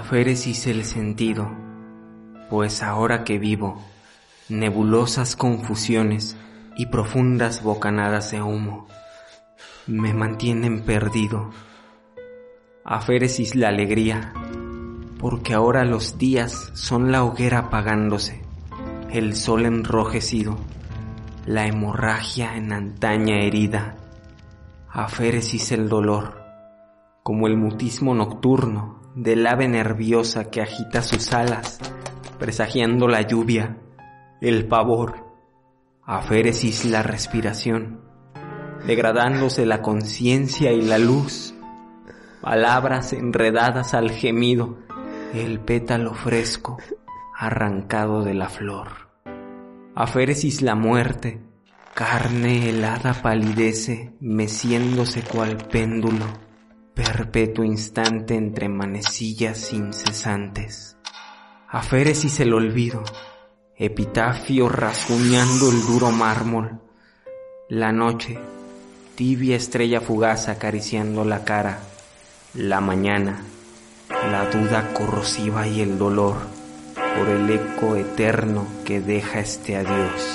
Aféresis el sentido, pues ahora que vivo, nebulosas confusiones y profundas bocanadas de humo me mantienen perdido. Aféresis la alegría, porque ahora los días son la hoguera apagándose, el sol enrojecido, la hemorragia en antaña herida. Aféresis el dolor, como el mutismo nocturno del ave nerviosa que agita sus alas, presagiando la lluvia, el pavor. Aféresis la respiración, degradándose la conciencia y la luz, palabras enredadas al gemido, el pétalo fresco arrancado de la flor. Aféresis la muerte, carne helada palidece, meciéndose cual péndulo, perpetuo instante entre manecillas incesantes. Aféresis el olvido, epitafio rasguñando el duro mármol, la noche, tibia estrella fugaz acariciando la cara, la mañana, la duda corrosiva y el dolor por el eco eterno que deja este adiós.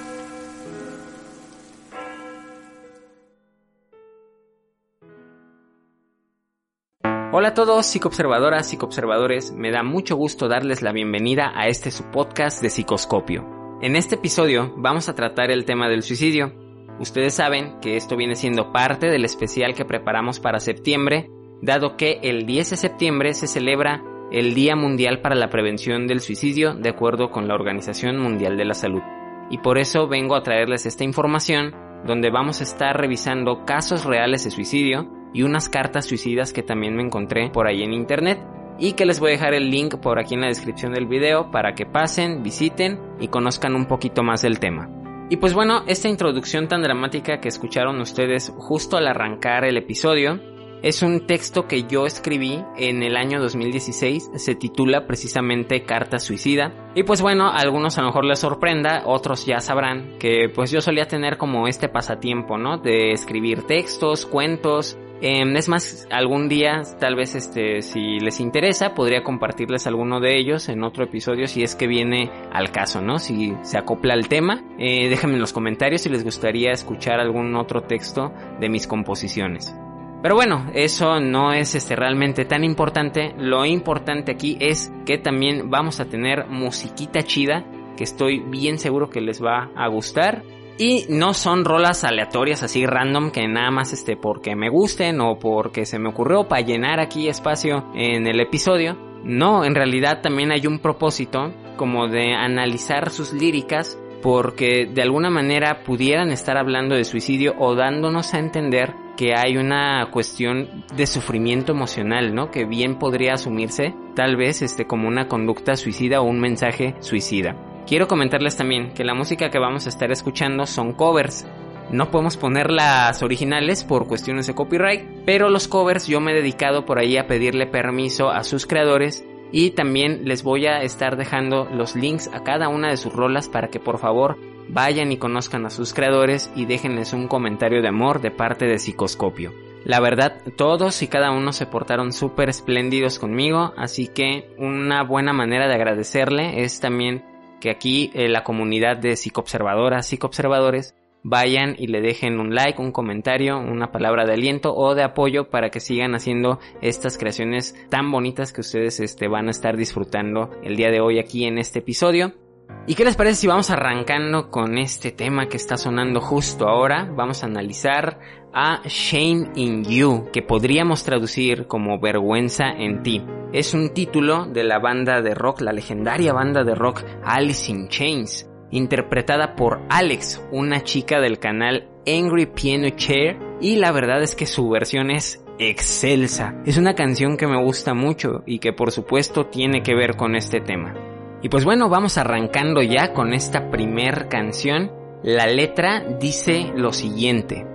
Hola a todos, psicoobservadoras, psicoobservadores, me da mucho gusto darles la bienvenida a este su podcast de Psicoscopio. En este episodio vamos a tratar el tema del suicidio. Ustedes saben que esto viene siendo parte del especial que preparamos para septiembre, dado que el 10 de septiembre se celebra el Día Mundial para la Prevención del Suicidio, de acuerdo con la Organización Mundial de la Salud. Y por eso vengo a traerles esta información, donde vamos a estar revisando casos reales de suicidio, y unas cartas suicidas que también me encontré por ahí en internet y que les voy a dejar el link por aquí en la descripción del video para que pasen, visiten y conozcan un poquito más del tema. Y pues bueno, esta introducción tan dramática que escucharon ustedes justo al arrancar el episodio es un texto que yo escribí en el año 2016, se titula precisamente Carta Suicida. Y pues bueno, a algunos a lo mejor les sorprenda, otros ya sabrán que pues yo solía tener como este pasatiempo, ¿no? De escribir textos, cuentos. Es más, algún día, tal vez si les interesa, podría compartirles alguno de ellos en otro episodio si es que viene al caso, ¿no? Si se acopla al tema, déjenme en los comentarios si les gustaría escuchar algún otro texto de mis composiciones. Pero bueno, eso no es realmente tan importante. Lo importante aquí es que también vamos a tener musiquita chida, que estoy bien seguro que les va a gustar. Y no son rolas aleatorias así random que nada más porque me gusten o porque se me ocurrió para llenar aquí espacio en el episodio. No, en realidad también hay un propósito como de analizar sus líricas, porque de alguna manera pudieran estar hablando de suicidio o dándonos a entender que hay una cuestión de sufrimiento emocional, ¿no? Que bien podría asumirse tal vez como una conducta suicida o un mensaje suicida. Quiero comentarles también que la música que vamos a estar escuchando son covers. No podemos poner las originales por cuestiones de copyright, pero los covers yo me he dedicado por ahí a pedirle permiso a sus creadores. Y también les voy a estar dejando los links a cada una de sus rolas para que por favor vayan y conozcan a sus creadores y déjenles un comentario de amor de parte de Psicoscopio. La verdad, todos y cada uno se portaron súper espléndidos conmigo, así que una buena manera de agradecerle es también que aquí la comunidad de psicoobservadoras, psicoobservadores, vayan y le dejen un like, un comentario, una palabra de aliento o de apoyo para que sigan haciendo estas creaciones tan bonitas que ustedes van a estar disfrutando el día de hoy aquí en este episodio. ¿Y qué les parece si vamos arrancando con este tema que está sonando justo ahora? Vamos a analizar a Shame in You, que podríamos traducir como Vergüenza en ti. Es un título de la banda de rock, la legendaria banda de rock Alice in Chains, interpretada por Alex, una chica del canal Angry Piano Chair, y la verdad es que su versión es excelsa. Es una canción que me gusta mucho y que por supuesto tiene que ver con este tema. Y pues bueno, vamos arrancando ya con esta primer canción. La letra dice lo siguiente: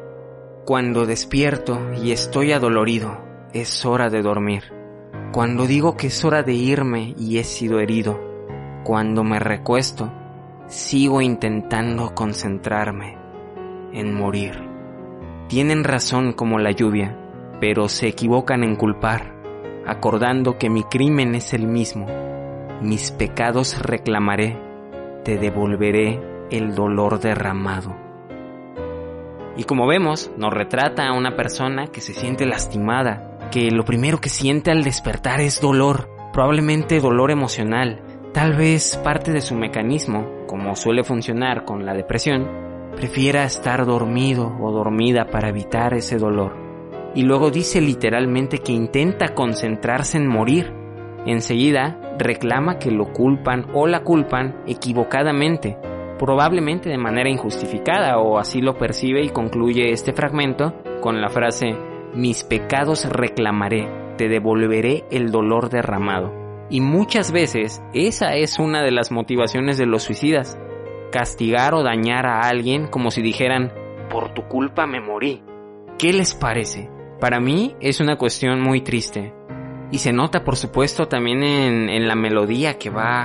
cuando despierto y estoy adolorido, es hora de dormir. Cuando digo que es hora de irme y he sido herido, cuando me recuesto, sigo intentando concentrarme en morir. Tienen razón como la lluvia, pero se equivocan en culpar. acordando que mi crimen es el mismo. Mis pecados reclamaré, te devolveré el dolor derramado. Y como vemos, nos retrata a una persona que se siente lastimada, que lo primero que siente al despertar es dolor, probablemente dolor emocional. Tal vez parte de su mecanismo, como suele funcionar con la depresión, prefiera estar dormido o dormida para evitar ese dolor. Y luego dice literalmente que intenta concentrarse en morir. Enseguida reclama que lo culpan o la culpan equivocadamente, probablemente de manera injustificada, o así lo percibe, y concluye este fragmento con la frase: mis pecados reclamaré, te devolveré el dolor derramado. Y muchas veces esa es una de las motivaciones de los suicidas: castigar o dañar a alguien como si dijeran, por tu culpa me morí. ¿Qué les parece? Para mí es una cuestión muy triste. Y se nota, por supuesto, también en la melodía, que va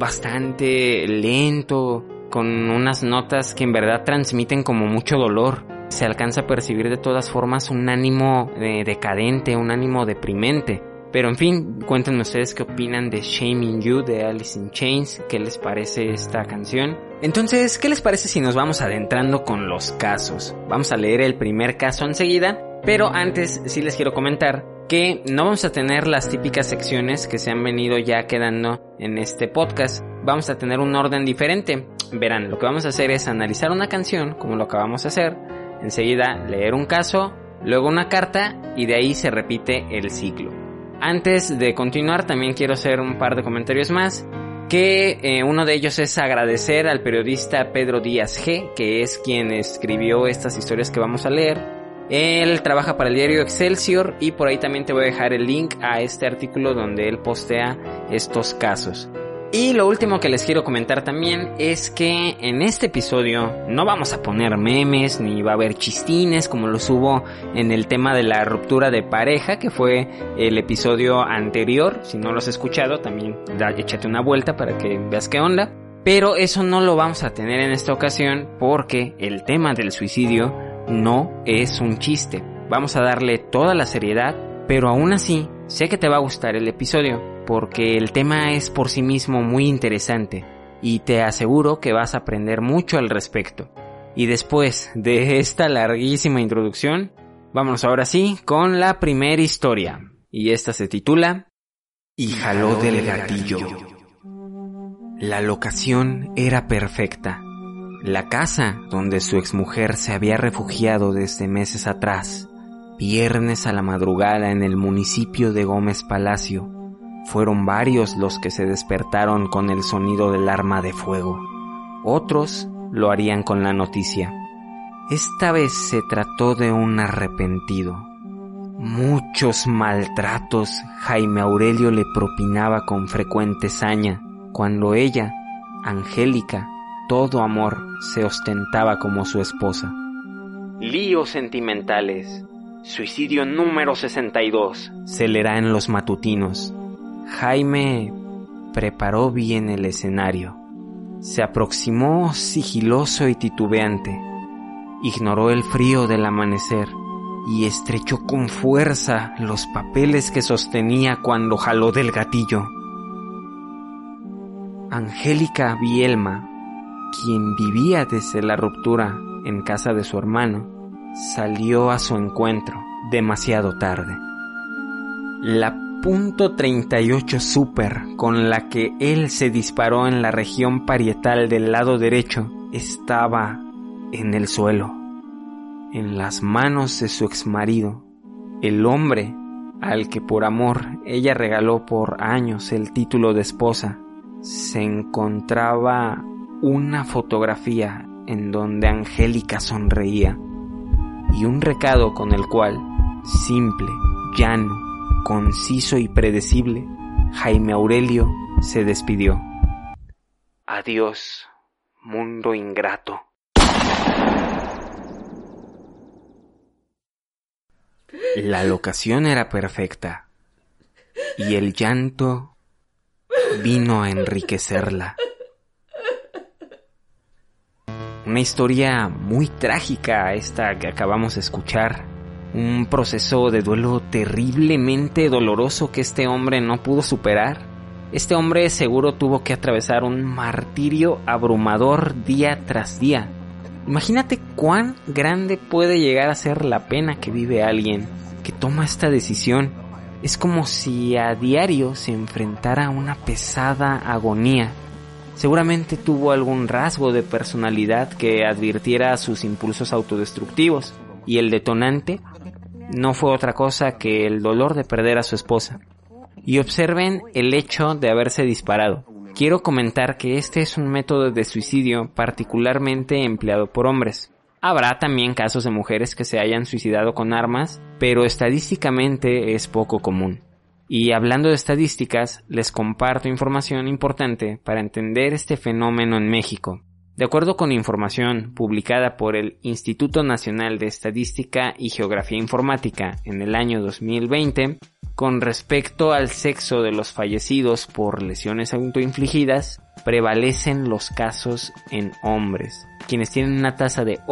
bastante lento, con unas notas que en verdad transmiten como mucho dolor. Se alcanza a percibir de todas formas un ánimo decadente, un ánimo deprimente. Pero en fin, cuéntenme ustedes qué opinan de Shaming You de Alice in Chains, qué les parece esta canción. Entonces, ¿qué les parece si nos vamos adentrando con los casos? Vamos a leer el primer caso enseguida, pero antes sí les quiero comentar que no vamos a tener las típicas secciones que se han venido ya quedando en este podcast. Vamos a tener un orden diferente. Verán, lo que vamos a hacer es analizar una canción, como lo acabamos de hacer, enseguida leer un caso, luego una carta, y de ahí se repite el ciclo. Antes de continuar, también quiero hacer un par de comentarios más, que uno de ellos es agradecer al periodista Pedro Díaz G, que es quien escribió estas historias que vamos a leer. Él trabaja para el diario Excelsior, y por ahí también te voy a dejar el link a este artículo donde él postea estos casos. Y lo último que les quiero comentar también es que en este episodio no vamos a poner memes ni va a haber chistines como los hubo en el tema de la ruptura de pareja, que fue el episodio anterior. Si no lo has escuchado, también échate una vuelta para que veas qué onda. Pero eso no lo vamos a tener en esta ocasión, porque el tema del suicidio no es un chiste. Vamos a darle toda la seriedad, pero aún así sé que te va a gustar el episodio, porque el tema es por sí mismo muy interesante y te aseguro que vas a aprender mucho al respecto. Y después de esta larguísima introducción, vámonos ahora sí con la primera historia, y esta se titula Y jaló del gatillo. La locación era perfecta. La casa donde su exmujer se había refugiado desde meses atrás. Viernes a la madrugada en el municipio de Gómez Palacio. Fueron varios los que se despertaron con el sonido del arma de fuego. Otros lo harían con la noticia. Esta vez se trató de un arrepentido. Muchos maltratos Jaime Aurelio le propinaba con frecuente saña, cuando ella, Angélica, todo amor, se ostentaba como su esposa. Líos sentimentales. Suicidio número 62. Se leerá en los matutinos. Jaime preparó bien el escenario. Se aproximó sigiloso y titubeante. Ignoró el frío del amanecer y estrechó con fuerza los papeles que sostenía cuando jaló del gatillo. Angélica Vielma, quien vivía desde la ruptura en casa de su hermano, salió a su encuentro demasiado tarde. La .38 Super con la que él se disparó en la región parietal del lado derecho estaba en el suelo, en las manos de su exmarido, el hombre al que por amor ella regaló por años el título de esposa. Se encontraba una fotografía en donde Angélica sonreía y un recado con el cual, simple, llano, conciso y predecible, Jaime Aurelio se despidió. Adiós, mundo ingrato. La locación era perfecta y el llanto vino a enriquecerla. Una historia muy trágica esta que acabamos de escuchar, un proceso de duelo terriblemente doloroso que este hombre no pudo superar. Este hombre seguro tuvo que atravesar un martirio abrumador día tras día. Imagínate cuán grande puede llegar a ser la pena que vive alguien que toma esta decisión. Es como si a diario se enfrentara a una pesada agonía. Seguramente tuvo algún rasgo de personalidad que advirtiera sus impulsos autodestructivos, y el detonante no fue otra cosa que el dolor de perder a su esposa. Y observen el hecho de haberse disparado. Quiero comentar que este es un método de suicidio particularmente empleado por hombres. Habrá también casos de mujeres que se hayan suicidado con armas, pero estadísticamente es poco común. Y hablando de estadísticas, les comparto información importante para entender este fenómeno en México. De acuerdo con información publicada por el Instituto Nacional de Estadística y Geografía Informática en el año 2020, con respecto al sexo de los fallecidos por lesiones autoinfligidas, prevalecen los casos en hombres, quienes tienen una tasa de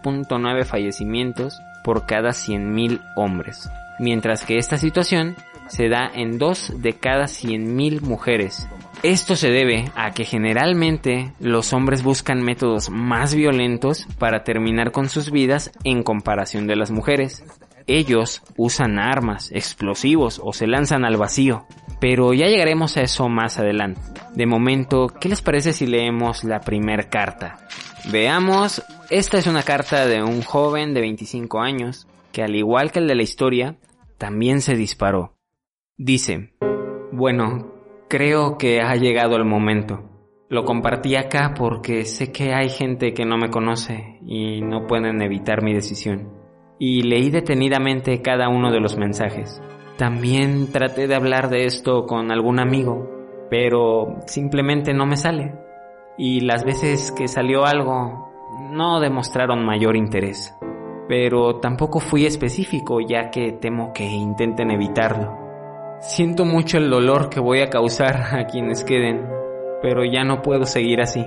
8.9 fallecimientos por cada 100.000 hombres, mientras que esta situación se da en 2 de cada 100.000 mujeres. Esto se debe a que generalmente los hombres buscan métodos más violentos para terminar con sus vidas en comparación de las mujeres. Ellos usan armas, explosivos o se lanzan al vacío, pero ya llegaremos a eso más adelante. De momento, ¿qué les parece si leemos la primer carta? Veamos, esta es una carta de un joven de 25 años que, al igual que el de la historia, también se disparó. Dice: bueno, creo que ha llegado el momento. Lo compartí acá porque sé que hay gente que no me conoce y no pueden evitar mi decisión. Y leí detenidamente cada uno de los mensajes. También traté de hablar de esto con algún amigo, pero simplemente no me sale. Y las veces que salió algo, no demostraron mayor interés. Pero tampoco fui específico, ya que temo que intenten evitarlo. Siento mucho el dolor que voy a causar a quienes queden, pero ya no puedo seguir así.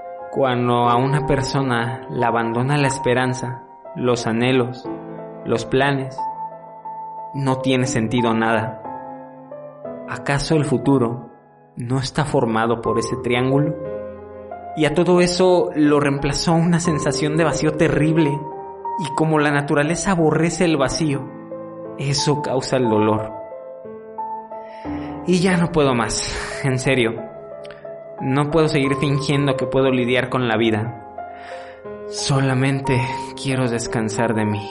Cuando a una persona la abandona la esperanza, los anhelos, los planes, no tiene sentido nada. ¿Acaso el futuro no está formado por ese triángulo? Y a todo eso lo reemplazó una sensación de vacío terrible, y como la naturaleza aborrece el vacío, eso causa el dolor. Y ya no puedo más, en serio. No puedo seguir fingiendo que puedo lidiar con la vida. Solamente quiero descansar de mí.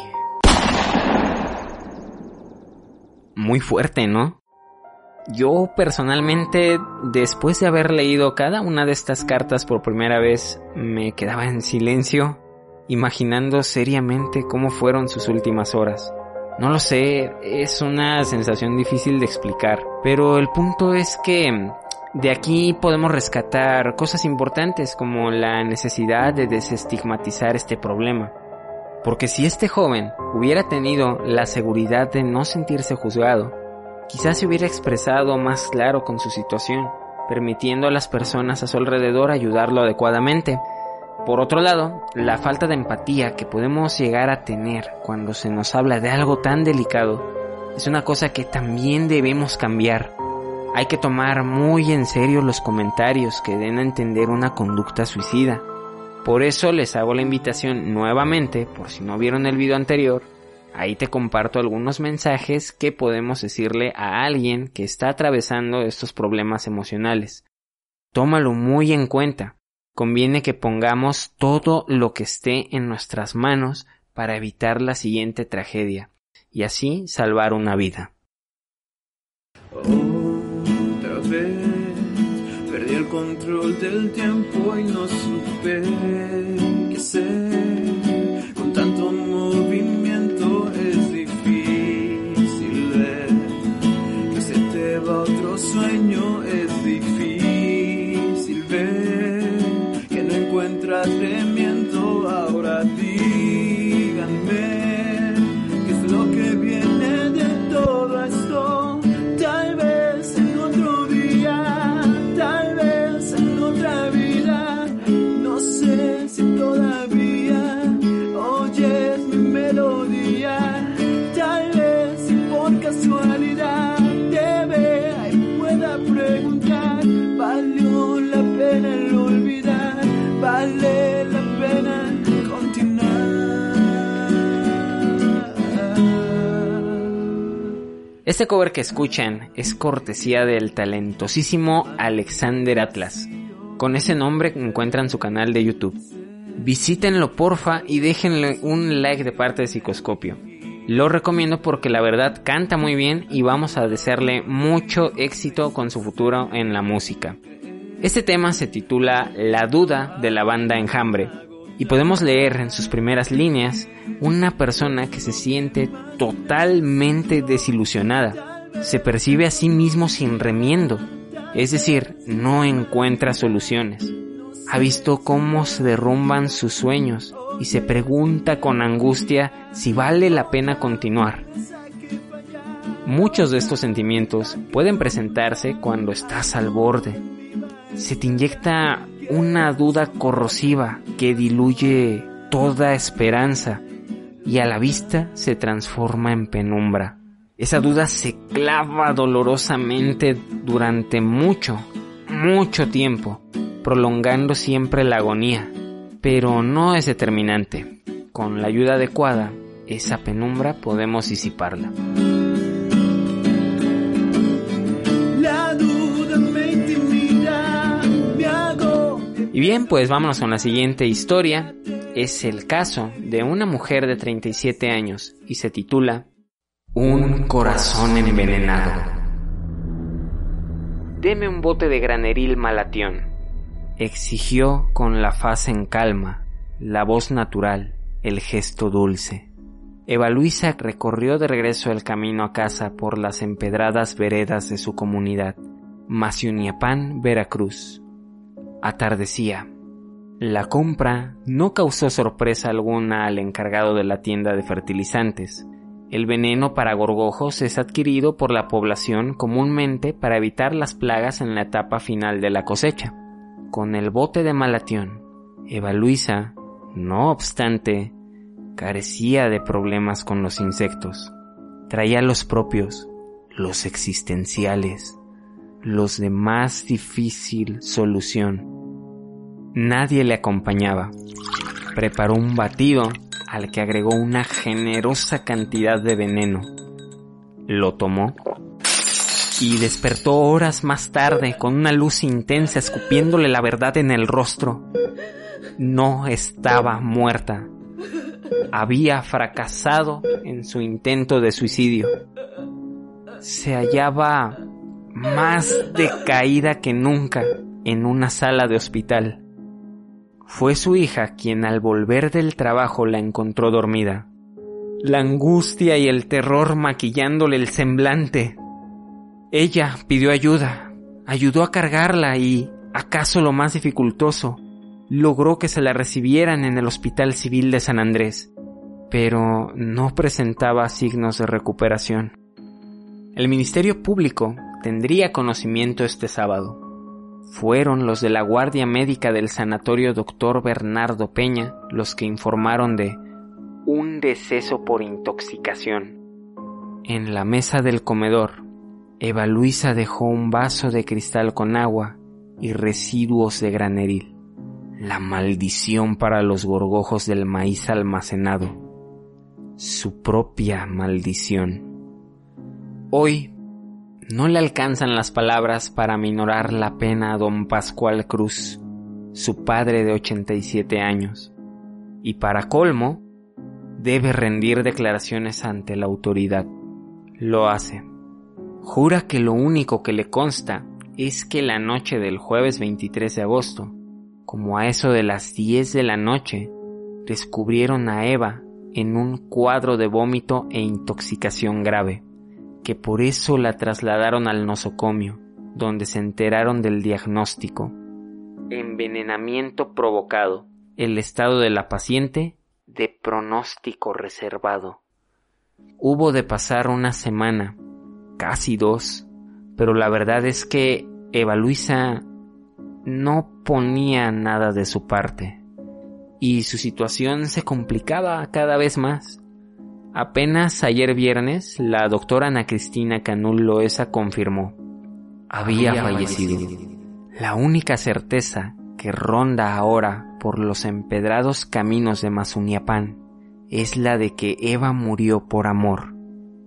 Muy fuerte, ¿no? Yo personalmente, después de haber leído cada una de estas cartas por primera vez, me quedaba en silencio, imaginando seriamente cómo fueron sus últimas horas. No lo sé, es una sensación difícil de explicar, pero el punto es que de aquí podemos rescatar cosas importantes como la necesidad de desestigmatizar este problema. Porque si este joven hubiera tenido la seguridad de no sentirse juzgado, quizás se hubiera expresado más claro con su situación, permitiendo a las personas a su alrededor ayudarlo adecuadamente. Por otro lado, la falta de empatía que podemos llegar a tener cuando se nos habla de algo tan delicado es una cosa que también debemos cambiar. Hay que tomar muy en serio los comentarios que den a entender una conducta suicida. Por eso les hago la invitación nuevamente, por si no vieron el video anterior, ahí te comparto algunos mensajes que podemos decirle a alguien que está atravesando estos problemas emocionales. Tómalo muy en cuenta. Conviene que pongamos todo lo que esté en nuestras manos para evitar la siguiente tragedia y así salvar una vida. Otra vez perdí el control del tiempo y no supe qué hacer. Con tanto movimiento es difícil ver que se te va otro sueño, es difícil ver. Tremiendo, ahora díganme qué es lo que viene de todo esto. Tal vez en otro día, tal vez en otra vida, no sé si todavía Este cover que escuchan es cortesía del talentosísimo Alexander Atlas. Con ese nombre encuentran su canal de YouTube. Visítenlo porfa y déjenle un like de parte de Psicoscopio. Lo recomiendo porque la verdad canta muy bien y vamos a desearle mucho éxito con su futuro en la música. Este tema se titula La duda de la banda Enjambre y podemos leer en sus primeras líneas una persona que se siente totalmente desilusionada. Se percibe a sí mismo sin remiendo, es decir, no encuentra soluciones. Ha visto cómo se derrumban sus sueños y se pregunta con angustia si vale la pena continuar. Muchos de estos sentimientos pueden presentarse cuando estás al borde. Se te inyecta una duda corrosiva que diluye toda esperanza y a la vista se transforma en penumbra. Esa duda se clava dolorosamente durante mucho tiempo, prolongando siempre la agonía, pero no es determinante. Con la ayuda adecuada, esa penumbra podemos disiparla. La duda me intimida, me hago. Y bien, pues vámonos con la siguiente historia. Es el caso de una mujer de 37 años y se titula Un corazón envenenado. Deme un bote de Graneril Malatión, exigió con la faz en calma, la voz natural, el gesto dulce. Eva Luisa recorrió de regreso el camino a casa por las empedradas veredas de su comunidad, Maciuniapán, Veracruz. Atardecía. La compra no causó sorpresa alguna al encargado de la tienda de fertilizantes. El veneno para gorgojos es adquirido por la población comúnmente para evitar las plagas en la etapa final de la cosecha. Con el bote de Malatión, Eva Luisa, no obstante, carecía de problemas con los insectos. Traía los propios, los existenciales, los de más difícil solución. Nadie le acompañaba. Preparó un batido al que agregó una generosa cantidad de veneno. Lo tomó y despertó horas más tarde con una luz intensa escupiéndole la verdad en el rostro. No estaba muerta. Había fracasado en su intento de suicidio. Se hallaba más decaída que nunca en una sala de hospital. Fue su hija quien al volver del trabajo la encontró dormida. La angustia y el terror maquillándole el semblante. Ella pidió ayuda, ayudó a cargarla y, acaso lo más dificultoso, logró que se la recibieran en el Hospital Civil de San Andrés, pero no presentaba signos de recuperación. El Ministerio Público tendría conocimiento este sábado. Fueron los de la Guardia Médica del Sanatorio Dr. Bernardo Peña los que informaron de un deceso por intoxicación. En la mesa del comedor, Eva Luisa dejó un vaso de cristal con agua y residuos de Graneril. La maldición para los gorgojos del maíz almacenado. Su propia maldición. Hoy no le alcanzan las palabras para minorar la pena a don Pascual Cruz, su padre de 87 años, y para colmo, debe rendir declaraciones ante la autoridad. Lo hace. Jura que lo único que le consta es que la noche del jueves 23 de agosto, como a eso de las 10 de la noche, descubrieron a Eva en un cuadro de vómito e intoxicación grave, que por eso la trasladaron al nosocomio, donde se enteraron del diagnóstico. Envenenamiento provocado. El estado de la paciente de pronóstico reservado. Hubo de pasar una semana, casi 2, pero la verdad es que Eva Luisa no ponía nada de su parte, y su situación se complicaba cada vez más. Apenas ayer viernes, la doctora Ana Cristina Canul Loesa confirmó: había fallecido. La única certeza que ronda ahora por los empedrados caminos de Maciuniapán es la de que Eva murió por amor,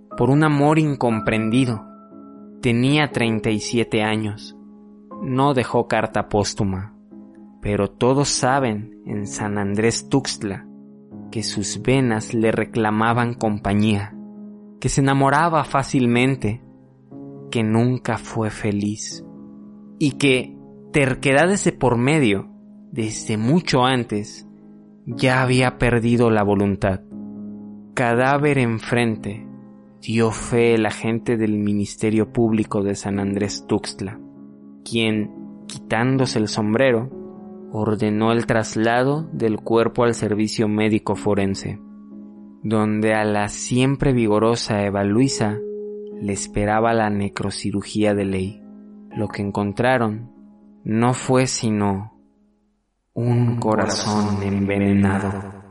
por un amor incomprendido. Tenía 37 años. No dejó carta póstuma, pero todos saben en San Andrés Tuxtla que sus venas le reclamaban compañía, que se enamoraba fácilmente, que nunca fue feliz y que terquedades de por medio, desde mucho antes, ya había perdido la voluntad. Cadáver enfrente, dio fe el agente del Ministerio Público de San Andrés Tuxtla, quien, quitándose el sombrero, ordenó el traslado del cuerpo al servicio médico forense, donde a la siempre vigorosa Eva Luisa le esperaba la necrocirugía de ley. Lo que encontraron no fue sino un corazón envenenado.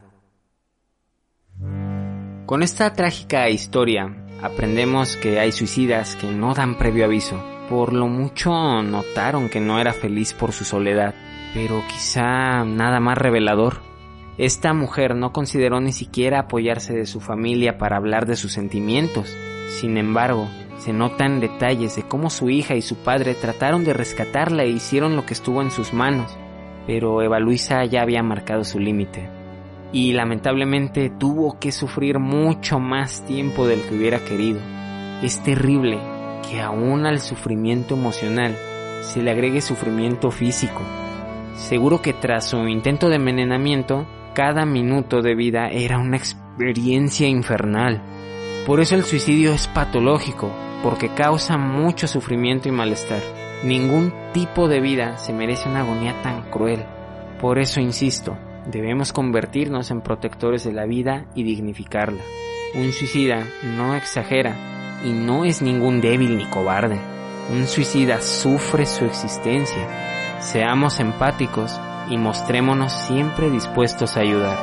Con esta trágica historia aprendemos que hay suicidas que no dan previo aviso. Por lo mucho notaron que no era feliz por su soledad, pero quizá nada más revelador. Esta mujer no consideró ni siquiera apoyarse de su familia para hablar de sus sentimientos. Sin embargo, se notan detalles de cómo su hija y su padre trataron de rescatarla e hicieron lo que estuvo en sus manos, pero Eva Luisa ya había marcado su límite. Y lamentablemente tuvo que sufrir mucho más tiempo del que hubiera querido. Es terrible que aún al sufrimiento emocional se le agregue sufrimiento físico. Seguro que tras su intento de envenenamiento, cada minuto de vida era una experiencia infernal. Por eso el suicidio es patológico, porque causa mucho sufrimiento y malestar. Ningún tipo de vida se merece una agonía tan cruel. Por eso insisto, debemos convertirnos en protectores de la vida y dignificarla. Un suicida no exagera y no es ningún débil ni cobarde. Un suicida sufre su existencia. Seamos empáticos y mostrémonos siempre dispuestos a ayudar.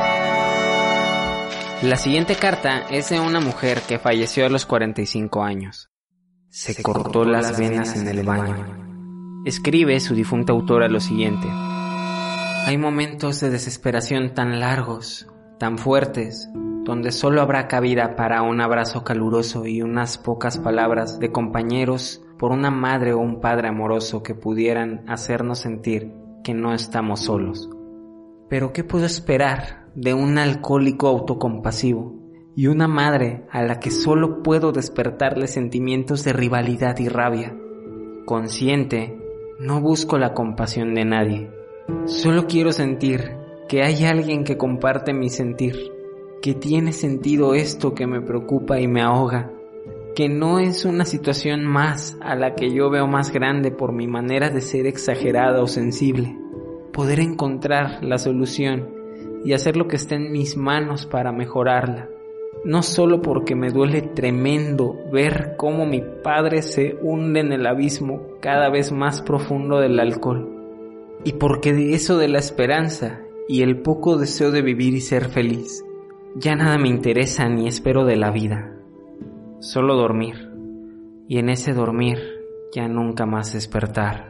La siguiente carta es de una mujer que falleció a los 45 años. Se cortó las venas en el baño. Escribe su difunta autora lo siguiente: hay momentos de desesperación tan largos, tan fuertes, donde solo habrá cabida para un abrazo caluroso y unas pocas palabras de compañeros por una madre o un padre amoroso que pudieran hacernos sentir que no estamos solos. Pero ¿qué puedo esperar de un alcohólico autocompasivo y una madre a la que solo puedo despertarle sentimientos de rivalidad y rabia? Consciente, no busco la compasión de nadie. Solo quiero sentir que hay alguien que comparte mi sentir, que tiene sentido esto que me preocupa y me ahoga, que no es una situación más a la que yo veo más grande por mi manera de ser exagerada o sensible. Poder encontrar la solución y hacer lo que esté en mis manos para mejorarla. No solo porque me duele tremendo ver cómo mi padre se hunde en el abismo cada vez más profundo del alcohol, y porque de eso de la esperanza y el poco deseo de vivir y ser feliz, ya nada me interesa ni espero de la vida. Solo dormir, y en ese dormir ya nunca más despertar.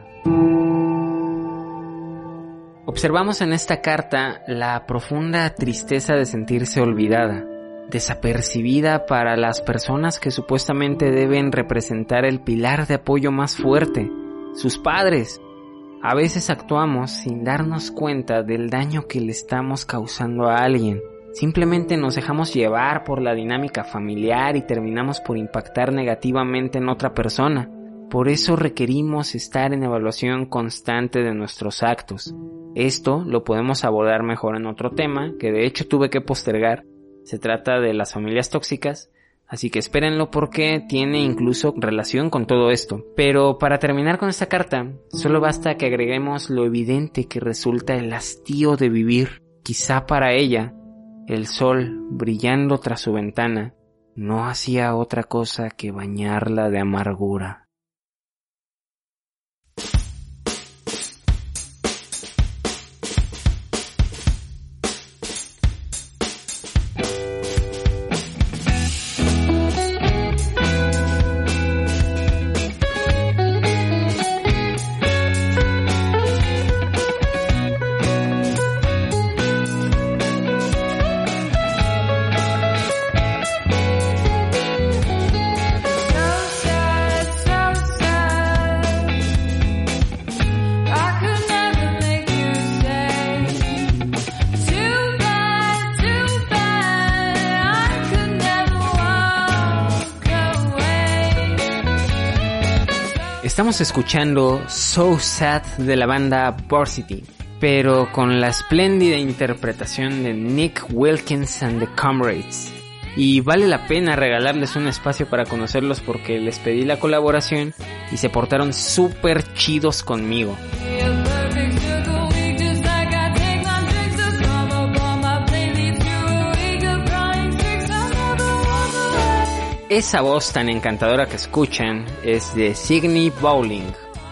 Observamos en esta carta la profunda tristeza de sentirse olvidada, desapercibida para las personas que supuestamente deben representar el pilar de apoyo más fuerte, sus padres. A veces actuamos sin darnos cuenta del daño que le estamos causando a alguien. Simplemente nos dejamos llevar por la dinámica familiar y terminamos por impactar negativamente en otra persona. Por eso requerimos estar en evaluación constante de nuestros actos. Esto lo podemos abordar mejor en otro tema, que de hecho tuve que postergar. Se trata de las familias tóxicas, así que espérenlo porque tiene incluso relación con todo esto. Pero para terminar con esta carta, solo basta que agreguemos lo evidente que resulta el hastío de vivir. Quizá para ella, el sol brillando tras su ventana no hacía otra cosa que bañarla de amargura. Estamos escuchando So Sad de la banda Varsity, pero con la espléndida interpretación de Nick Wilkins and the Comrades. Y vale la pena regalarles un espacio para conocerlos porque les pedí la colaboración y se portaron súper chidos conmigo. Esa voz tan encantadora que escuchan es de Signe Bowling.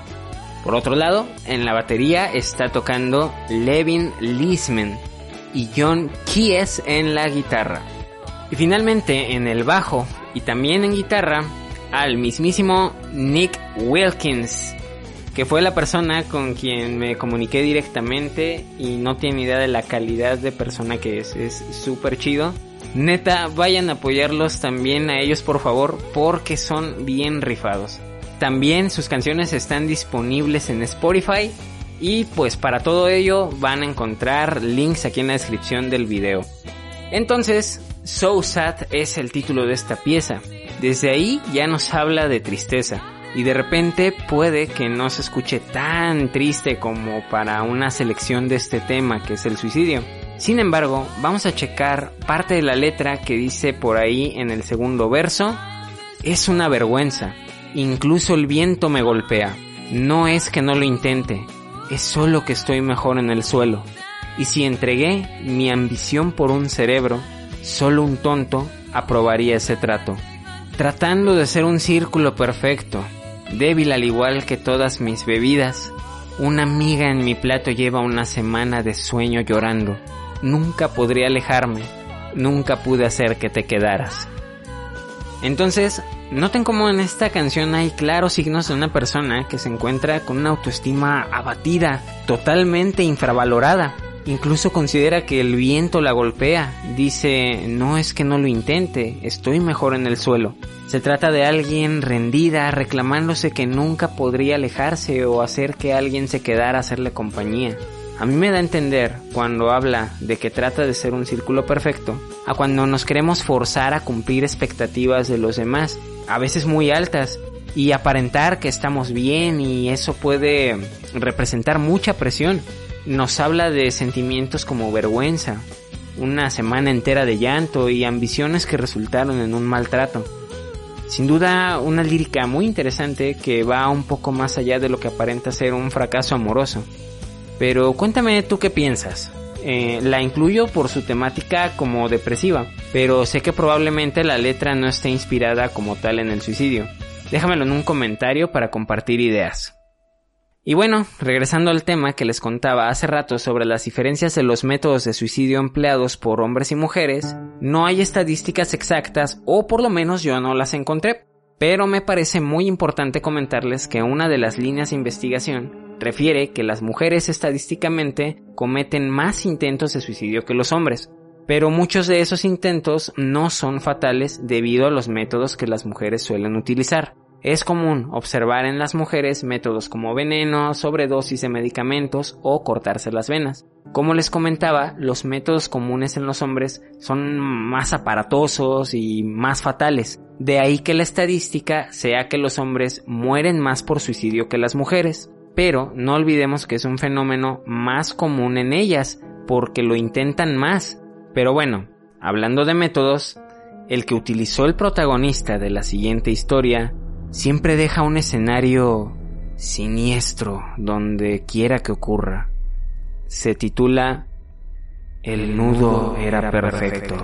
Por otro lado, en la batería está tocando Levin Leisman y John Keyes en la guitarra. Y finalmente en el bajo y también en guitarra al mismísimo Nick Wilkins, que fue la persona con quien me comuniqué directamente y no tiene idea de la calidad de persona que es súper chido. Neta, vayan a apoyarlos también a ellos por favor, porque son bien rifados. También sus canciones están disponibles en Spotify y pues para todo ello van a encontrar links aquí en la descripción del video. Entonces, So Sad es el título de esta pieza. Desde ahí ya nos habla de tristeza y de repente puede que no se escuche tan triste como para una selección de este tema que es el suicidio. Sin embargo, vamos a checar parte de la letra que dice por ahí en el segundo verso: es una vergüenza, incluso el viento me golpea, no es que no lo intente, es solo que estoy mejor en el suelo, y si entregué mi ambición por un cerebro, solo un tonto aprobaría ese trato, tratando de ser un círculo perfecto, débil al igual que todas mis bebidas, una amiga en mi plato lleva una semana de sueño llorando. Nunca podré alejarme, nunca pude hacer que te quedaras. Entonces, noten cómo en esta canción hay claros signos de una persona que se encuentra con una autoestima abatida, totalmente infravalorada. Incluso considera que el viento la golpea. Dice, no es que no lo intente, estoy mejor en el suelo. Se trata de alguien rendida, reclamándose que nunca podría alejarse o hacer que alguien se quedara a hacerle compañía. A mí me da a entender, cuando habla de que trata de ser un círculo perfecto, a cuando nos queremos forzar a cumplir expectativas de los demás, a veces muy altas, y aparentar que estamos bien, y eso puede representar mucha presión. Nos habla de sentimientos como vergüenza, una semana entera de llanto y ambiciones que resultaron en un maltrato. Sin duda, una lírica muy interesante que va un poco más allá de lo que aparenta ser un fracaso amoroso. Pero cuéntame tú qué piensas. La incluyo por su temática como depresiva, pero sé que probablemente la letra no esté inspirada como tal en el suicidio. Déjamelo en un comentario para compartir ideas. Y bueno, regresando al tema que les contaba hace rato sobre las diferencias de los métodos de suicidio empleados por hombres y mujeres, no hay estadísticas exactas, o por lo menos yo no las encontré, pero me parece muy importante comentarles que una de las líneas de investigación refiere que las mujeres estadísticamente cometen más intentos de suicidio que los hombres, pero muchos de esos intentos no son fatales debido a los métodos que las mujeres suelen utilizar. Es común observar en las mujeres métodos como veneno, sobredosis de medicamentos o cortarse las venas. Como les comentaba, los métodos comunes en los hombres son más aparatosos y más fatales. De ahí que la estadística sea que los hombres mueren más por suicidio que las mujeres. Pero no olvidemos que es un fenómeno más común en ellas, porque lo intentan más. Pero bueno, hablando de métodos, el que utilizó el protagonista de la siguiente historia siempre deja un escenario siniestro donde quiera que ocurra. Se titula El nudo era perfecto.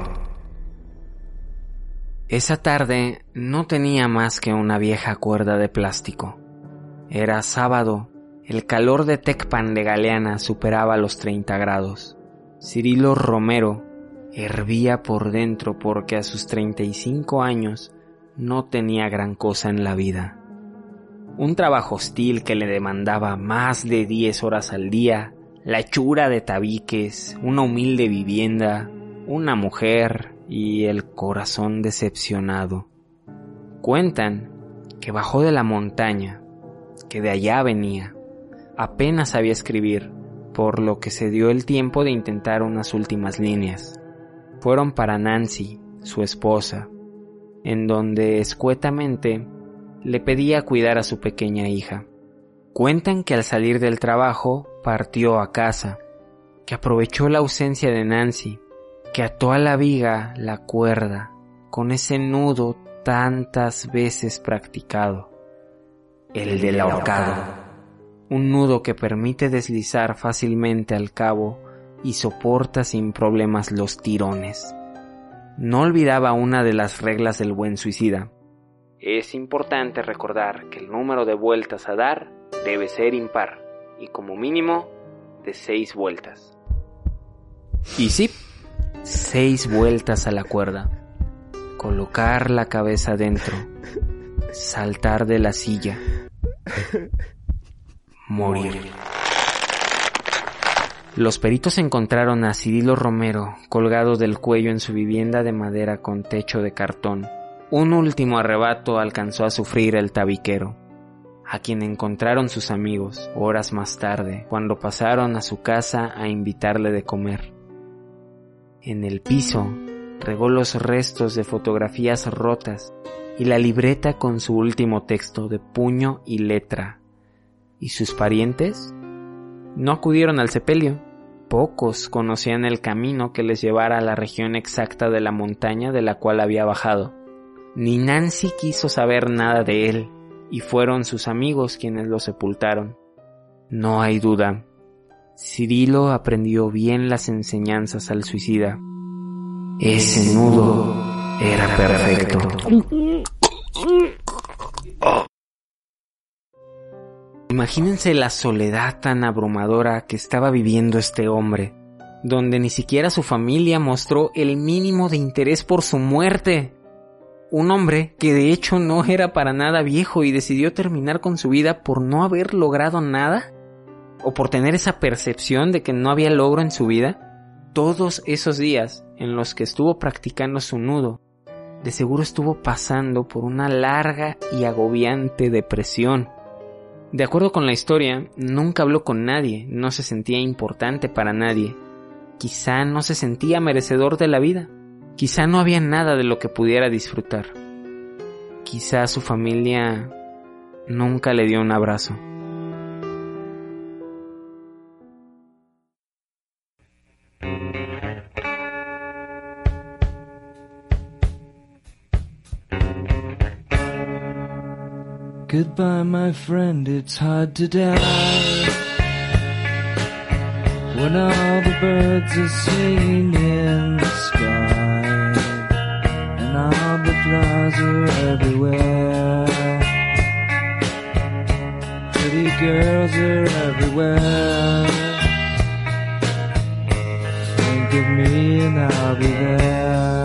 Esa tarde no tenía más que una vieja cuerda de plástico. Era sábado. El calor de Tecpan de Galeana superaba los 30 grados. Cirilo Romero hervía por dentro porque a sus 35 años no tenía gran cosa en la vida. Un trabajo hostil que le demandaba más de 10 horas al día, la hechura de tabiques, una humilde vivienda, una mujer y el corazón decepcionado. Cuentan que bajó de la montaña, que de allá venía. Apenas sabía escribir, por lo que se dio el tiempo de intentar unas últimas líneas. Fueron para Nancy, su esposa, en donde escuetamente le pedía cuidar a su pequeña hija. Cuentan que al salir del trabajo partió a casa, que aprovechó la ausencia de Nancy, que ató a la viga la cuerda con ese nudo tantas veces practicado, el del ahorcado, un nudo que permite deslizar fácilmente al cabo y soporta sin problemas los tirones. No olvidaba una de las reglas del buen suicida. Es importante recordar que el número de vueltas a dar debe ser impar, y como mínimo de 6 vueltas. Y sí, 6 vueltas a la cuerda, colocar la cabeza dentro, saltar de la silla, morir. Los peritos encontraron a Cirilo Romero colgado del cuello en su vivienda de madera con techo de cartón. Un último arrebato alcanzó a sufrir el tabiquero, a quien encontraron sus amigos horas más tarde, cuando pasaron a su casa a invitarle de comer. En el piso regó los restos de fotografías rotas y la libreta con su último texto de puño y letra. ¿Y sus parientes? No acudieron al sepelio. Pocos conocían el camino que les llevara a la región exacta de la montaña de la cual había bajado. Ni Nancy quiso saber nada de él, y fueron sus amigos quienes lo sepultaron. No hay duda, Cirilo aprendió bien las enseñanzas al suicida. Ese nudo era perfecto. Imagínense la soledad tan abrumadora que estaba viviendo este hombre, donde ni siquiera su familia mostró el mínimo de interés por su muerte. Un hombre que de hecho no era para nada viejo y decidió terminar con su vida por no haber logrado nada, o por tener esa percepción de que no había logro en su vida. Todos esos días en los que estuvo practicando su nudo, de seguro estuvo pasando por una larga y agobiante depresión. De acuerdo con la historia, nunca habló con nadie, no se sentía importante para nadie. Quizá no se sentía merecedor de la vida. Quizá no había nada de lo que pudiera disfrutar. Quizá su familia nunca le dio un abrazo. Goodbye, my friend, it's hard to die when all the birds are singing in the sky and all the flowers are everywhere. Pretty girls are everywhere. Think of me and I'll be there.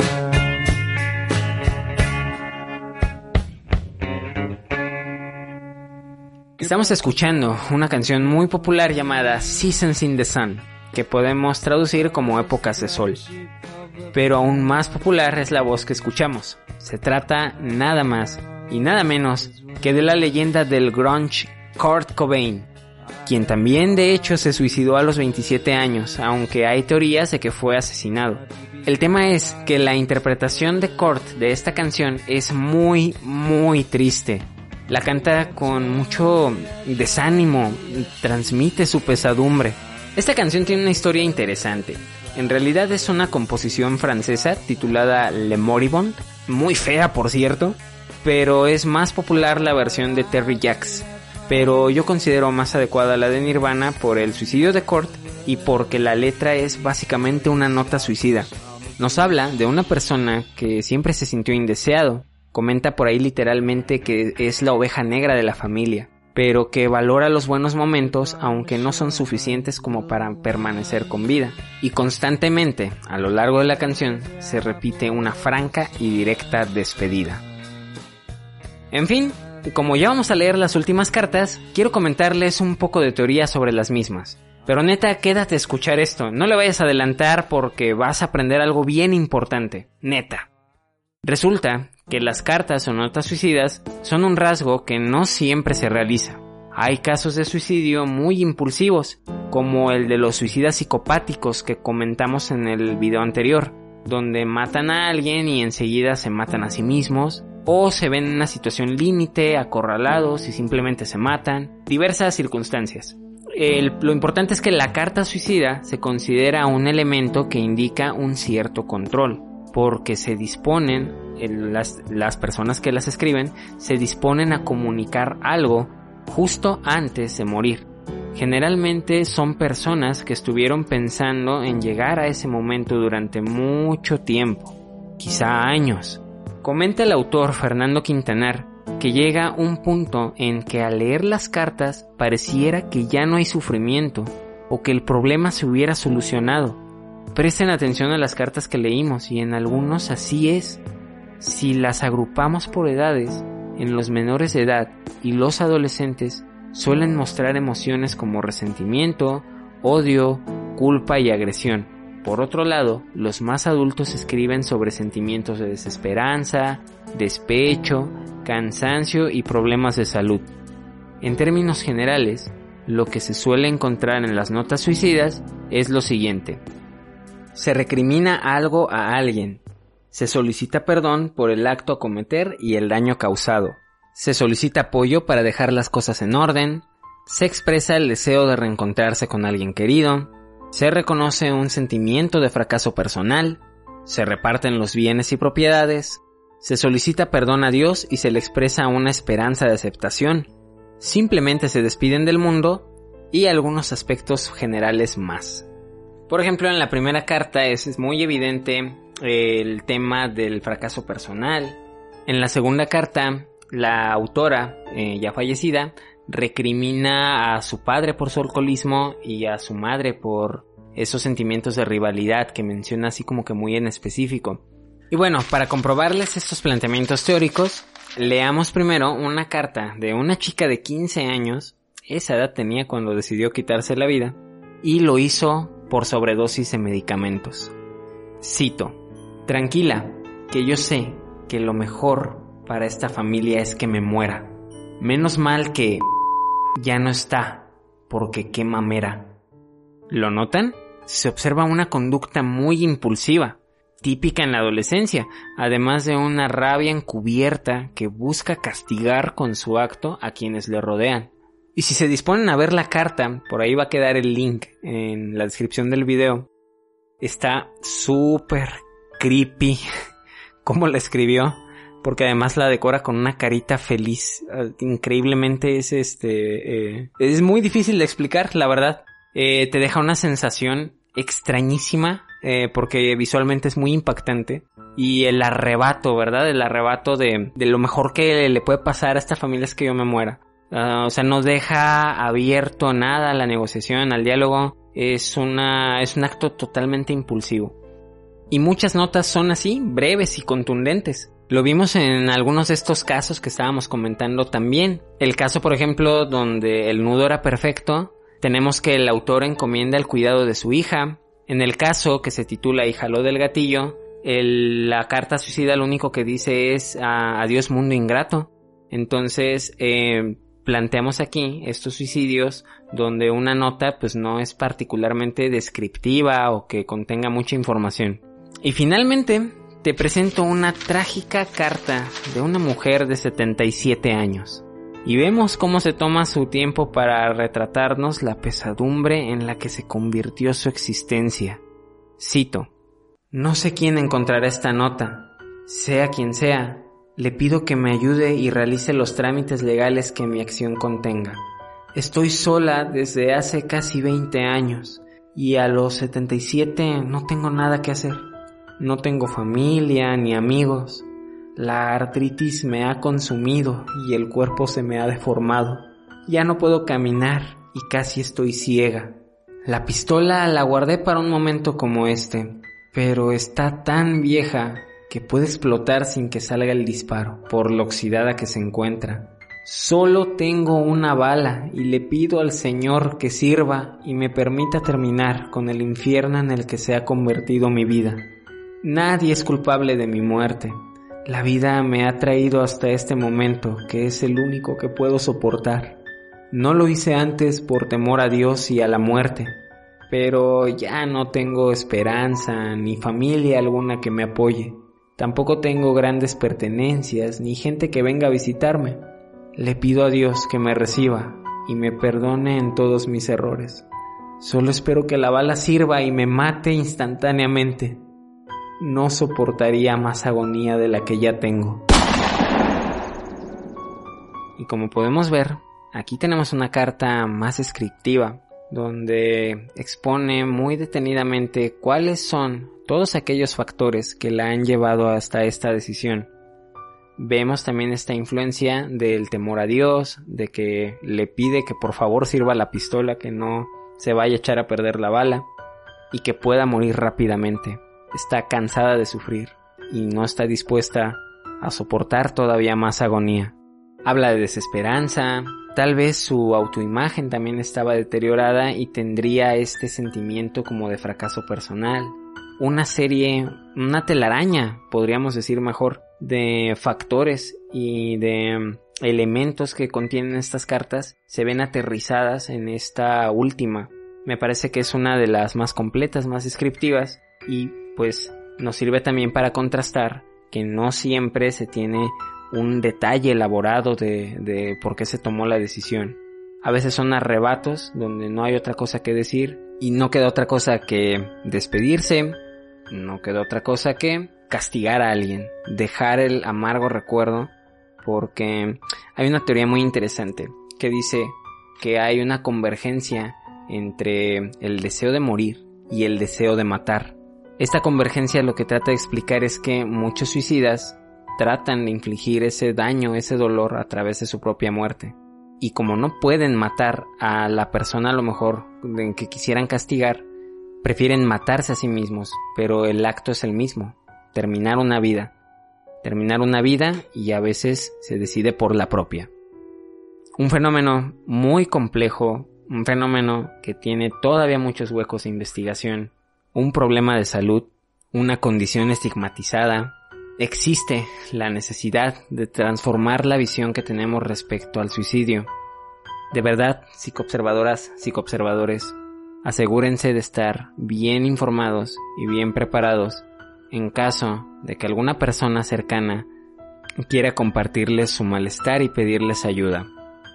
Estamos escuchando una canción muy popular llamada Seasons in the Sun, que podemos traducir como épocas de sol. Pero aún más popular es la voz que escuchamos. Se trata nada más y nada menos que de la leyenda del grunge Kurt Cobain, quien también de hecho se suicidó a los 27 años, aunque hay teorías de que fue asesinado. El tema es que la interpretación de Kurt de esta canción es muy triste. La canta con mucho desánimo, transmite su pesadumbre. Esta canción tiene una historia interesante. En realidad es una composición francesa titulada Le Moribond, muy fea por cierto, pero es más popular la versión de Terry Jacks. Pero yo considero más adecuada la de Nirvana por el suicidio de Kurt y porque la letra es básicamente una nota suicida. Nos habla de una persona que siempre se sintió indeseado. Comenta por ahí literalmente que es la oveja negra de la familia, pero que valora los buenos momentos aunque no son suficientes como para permanecer con vida. Y constantemente, a lo largo de la canción, se repite una franca y directa despedida. En fin, como ya vamos a leer las últimas cartas, quiero comentarles un poco de teoría sobre las mismas. Pero neta, quédate a escuchar esto, no le vayas a adelantar porque vas a aprender algo bien importante, neta. Resulta que las cartas o notas suicidas son un rasgo que no siempre se realiza. Hay casos de suicidio muy impulsivos, como el de los suicidas psicopáticos que comentamos en el video anterior, donde matan a alguien y enseguida se matan a sí mismos, o se ven en una situación límite, acorralados y simplemente se matan. Diversas circunstancias. Lo importante es que la carta suicida se considera un elemento que indica un cierto control, porque se disponen, las personas que las escriben, se disponen a comunicar algo justo antes de morir. Generalmente son personas que estuvieron pensando en llegar a ese momento durante mucho tiempo, quizá años. Comenta el autor Fernando Quintanar que llega un punto en que al leer las cartas pareciera que ya no hay sufrimiento o que el problema se hubiera solucionado. Presten atención a las cartas que leímos y en algunos así es. Si las agrupamos por edades, en los menores de edad y los adolescentes suelen mostrar emociones como resentimiento, odio, culpa y agresión. Por otro lado, los más adultos escriben sobre sentimientos de desesperanza, despecho, cansancio y problemas de salud. En términos generales, lo que se suele encontrar en las notas suicidas es lo siguiente. Se recrimina algo a alguien. Se solicita perdón por el acto a cometer y el daño causado. Se solicita apoyo para dejar las cosas en orden. Se expresa el deseo de reencontrarse con alguien querido. Se reconoce un sentimiento de fracaso personal. Se reparten los bienes y propiedades. Se solicita perdón a Dios y se le expresa una esperanza de aceptación. Simplemente se despiden del mundo y algunos aspectos generales más. Por ejemplo, en la primera carta es muy evidente el tema del fracaso personal. En la segunda carta, la autora, ya fallecida, recrimina a su padre por su alcoholismo y a su madre por esos sentimientos de rivalidad que menciona así como que muy en específico. Y bueno, para comprobarles estos planteamientos teóricos, leamos primero una carta de una chica de 15 años, esa edad tenía cuando decidió quitarse la vida, y lo hizo por sobredosis de medicamentos. Cito: tranquila, que yo sé que lo mejor para esta familia es que me muera. Menos mal que ya no está, porque qué mamera. ¿Lo notan? Se observa una conducta muy impulsiva, típica en la adolescencia, además de una rabia encubierta que busca castigar con su acto a quienes le rodean. Y si se disponen a ver la carta, por ahí va a quedar el link en la descripción del video. Está súper creepy cómo la escribió, porque además la decora con una carita feliz. Increíblemente es muy difícil de explicar, la verdad. Te deja una sensación extrañísima, porque visualmente es muy impactante. Y el arrebato, ¿verdad? El arrebato de lo mejor que le puede pasar a esta familia es que yo me muera. O sea, no deja abierto nada a la negociación, al diálogo. Es un acto totalmente impulsivo. Y muchas notas son así, breves y contundentes. Lo vimos en algunos de estos casos que estábamos comentando también. El caso, por ejemplo, donde el nudo era perfecto, tenemos que el autor encomienda el cuidado de su hija. En el caso que se titula Y jaló del gatillo, la carta suicida lo único que dice es adiós mundo ingrato. Entonces, planteamos aquí estos suicidios donde una nota pues no es particularmente descriptiva o que contenga mucha información. Y finalmente te presento una trágica carta de una mujer de 77 años. Y vemos cómo se toma su tiempo para retratarnos la pesadumbre en la que se convirtió su existencia. Cito: no sé quién encontrará esta nota. Sea quien sea, le pido que me ayude y realice los trámites legales que mi acción contenga. Estoy sola desde hace casi 20 años y a los 77 no tengo nada que hacer. No tengo familia ni amigos. La artritis me ha consumido y el cuerpo se me ha deformado. Ya no puedo caminar y casi estoy ciega. La pistola la guardé para un momento como este, pero está tan vieja que puede explotar sin que salga el disparo, por lo oxidada que se encuentra. Solo tengo una bala y le pido al Señor que sirva y me permita terminar con el infierno en el que se ha convertido mi vida. Nadie es culpable de mi muerte. La vida me ha traído hasta este momento, que es el único que puedo soportar. No lo hice antes por temor a Dios y a la muerte, pero ya no tengo esperanza ni familia alguna que me apoye. Tampoco tengo grandes pertenencias ni gente que venga a visitarme. Le pido a Dios que me reciba y me perdone en todos mis errores. Solo espero que la bala sirva y me mate instantáneamente. No soportaría más agonía de la que ya tengo. Y como podemos ver, aquí tenemos una carta más descriptiva, donde expone muy detenidamente cuáles son todos aquellos factores que la han llevado hasta esta decisión. Vemos también esta influencia del temor a Dios, de que le pide que por favor sirva la pistola, que no se vaya a echar a perder la bala y que pueda morir rápidamente. Está cansada de sufrir y no está dispuesta a soportar todavía más agonía. Habla de desesperanza, tal vez su autoimagen también estaba deteriorada y tendría este sentimiento como de fracaso personal. Una telaraña, podríamos decir mejor, de factores y de elementos que contienen estas cartas se ven aterrizadas en esta última. Me parece que es una de las más completas, más descriptivas, y pues nos sirve también para contrastar que no siempre se tiene un detalle elaborado de por qué se tomó la decisión. A veces son arrebatos donde no hay otra cosa que decir y no queda otra cosa que despedirse, no queda otra cosa que castigar a alguien, dejar el amargo recuerdo, porque hay una teoría muy interesante que dice que hay una convergencia entre el deseo de morir y el deseo de matar. Esta convergencia lo que trata de explicar es que muchos suicidas tratan de infligir ese daño, ese dolor a través de su propia muerte. Y como no pueden matar a la persona a lo mejor en que quisieran castigar, prefieren matarse a sí mismos, pero el acto es el mismo, terminar una vida y a veces se decide por la propia. Un fenómeno muy complejo, un fenómeno que tiene todavía muchos huecos de investigación, un problema de salud, una condición estigmatizada. Existe la necesidad de transformar la visión que tenemos respecto al suicidio. De verdad, psicoobservadoras, psicoobservadores, asegúrense de estar bien informados y bien preparados en caso de que alguna persona cercana quiera compartirles su malestar y pedirles ayuda.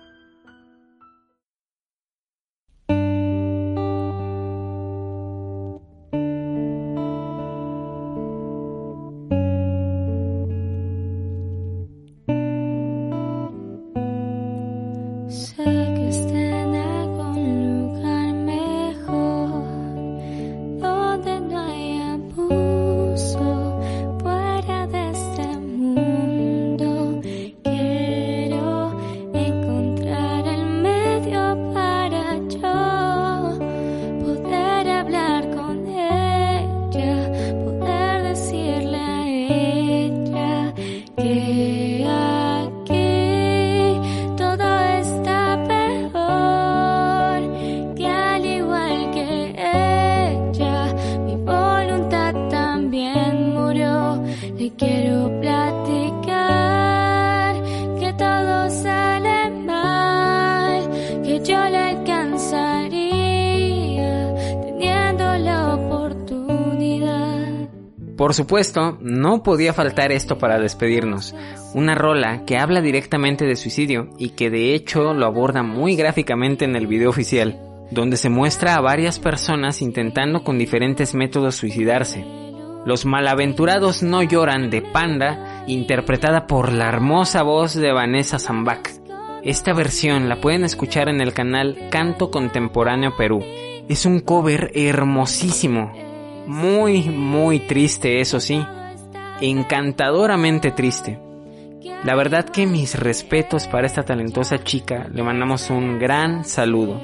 Por supuesto, no podía faltar esto para despedirnos, una rola que habla directamente de suicidio y que de hecho lo aborda muy gráficamente en el video oficial, donde se muestra a varias personas intentando con diferentes métodos suicidarse. Los malaventurados no lloran de Panda, interpretada por la hermosa voz de Vanessa Zambach. Esta versión la pueden escuchar en el canal Canto Contemporáneo Perú. Es un cover hermosísimo. Muy triste, eso sí, encantadoramente triste. La verdad que mis respetos para esta talentosa chica, le mandamos un gran saludo.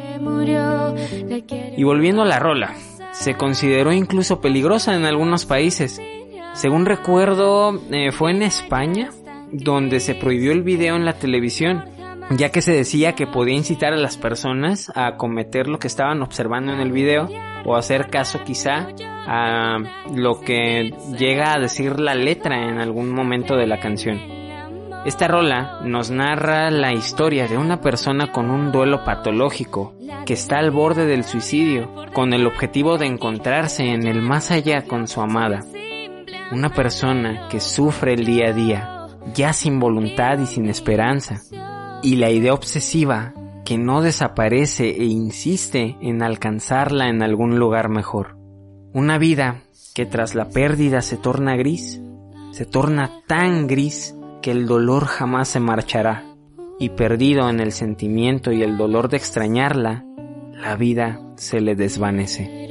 Y volviendo a la rola, se consideró incluso peligrosa en algunos países. Según recuerdo, fue en España, donde se prohibió el video en la televisión, ya que se decía que podía incitar a las personas a cometer lo que estaban observando en el video o hacer caso quizá a lo que llega a decir la letra en algún momento de la canción. Esta rola nos narra la historia de una persona con un duelo patológico que está al borde del suicidio con el objetivo de encontrarse en el más allá con su amada. Una persona que sufre el día a día, ya sin voluntad y sin esperanza. Y la idea obsesiva que no desaparece e insiste en alcanzarla en algún lugar mejor. Una vida que tras la pérdida se torna gris, se torna tan gris que el dolor jamás se marchará. Y perdido en el sentimiento y el dolor de extrañarla, la vida se le desvanece.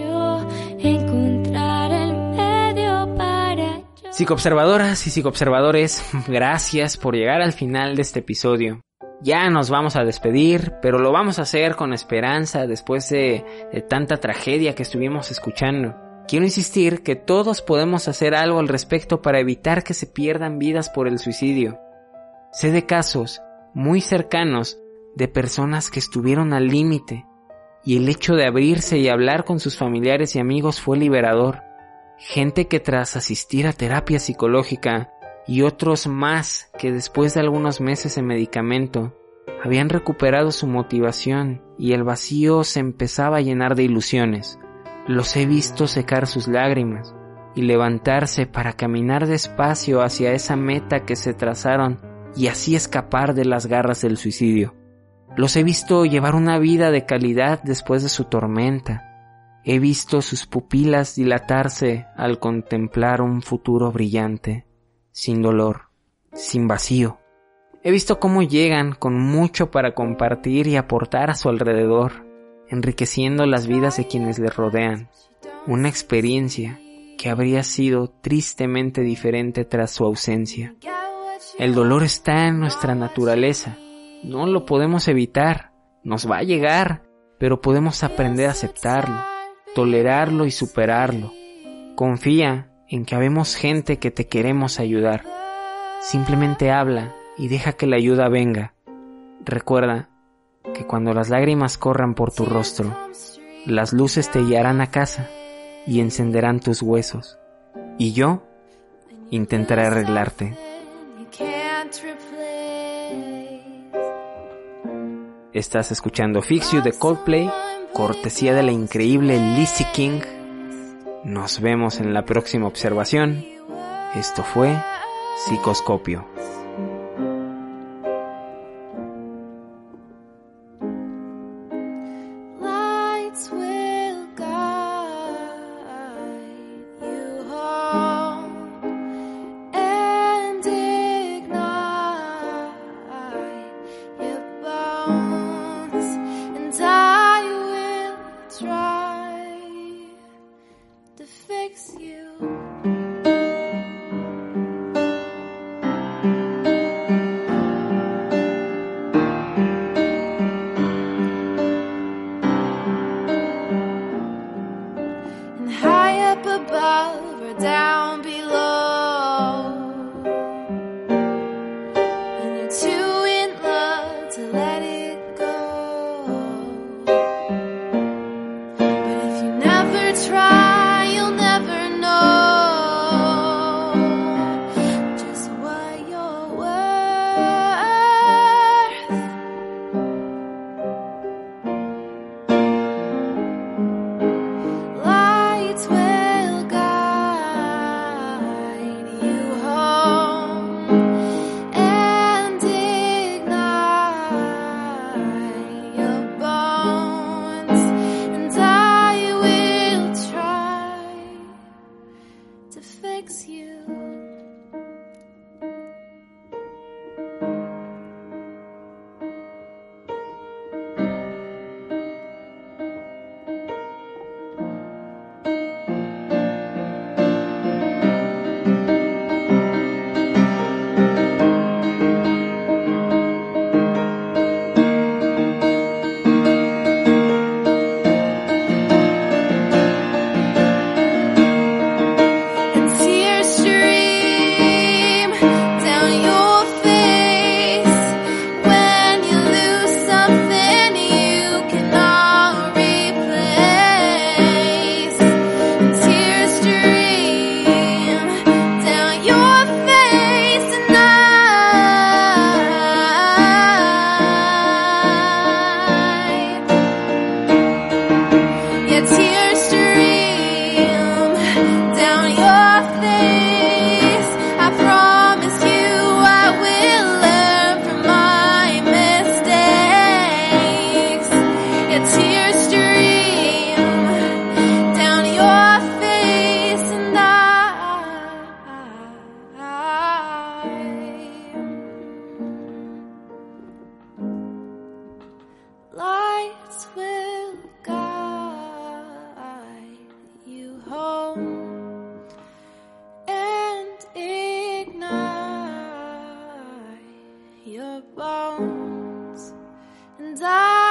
Psicoobservadoras y psicoobservadores, gracias por llegar al final de este episodio. Ya nos vamos a despedir, pero lo vamos a hacer con esperanza después de tanta tragedia que estuvimos escuchando. Quiero insistir que todos podemos hacer algo al respecto para evitar que se pierdan vidas por el suicidio. Sé de casos muy cercanos de personas que estuvieron al límite y el hecho de abrirse y hablar con sus familiares y amigos fue liberador. Gente que tras asistir a terapia psicológica y otros más que después de algunos meses en medicamento habían recuperado su motivación y el vacío se empezaba a llenar de ilusiones. Los he visto secar sus lágrimas y levantarse para caminar despacio hacia esa meta que se trazaron y así escapar de las garras del suicidio. Los he visto llevar una vida de calidad después de su tormenta. He visto sus pupilas dilatarse al contemplar un futuro brillante, sin dolor, sin vacío. He visto cómo llegan con mucho para compartir y aportar a su alrededor, enriqueciendo las vidas de quienes les rodean. Una experiencia que habría sido tristemente diferente tras su ausencia. El dolor está en nuestra naturaleza, no lo podemos evitar, nos va a llegar, pero podemos aprender a aceptarlo, tolerarlo y superarlo. Confía en que habemos gente que te queremos ayudar. Simplemente habla y deja que la ayuda venga. Recuerda que cuando las lágrimas corran por tu rostro, las luces te guiarán a casa y encenderán tus huesos. Y yo intentaré arreglarte. Estás escuchando Fix You de Coldplay, cortesía de la increíble Lizzie King. Nos vemos en la próxima observación. Esto fue Psicoscopio. Fix you. die.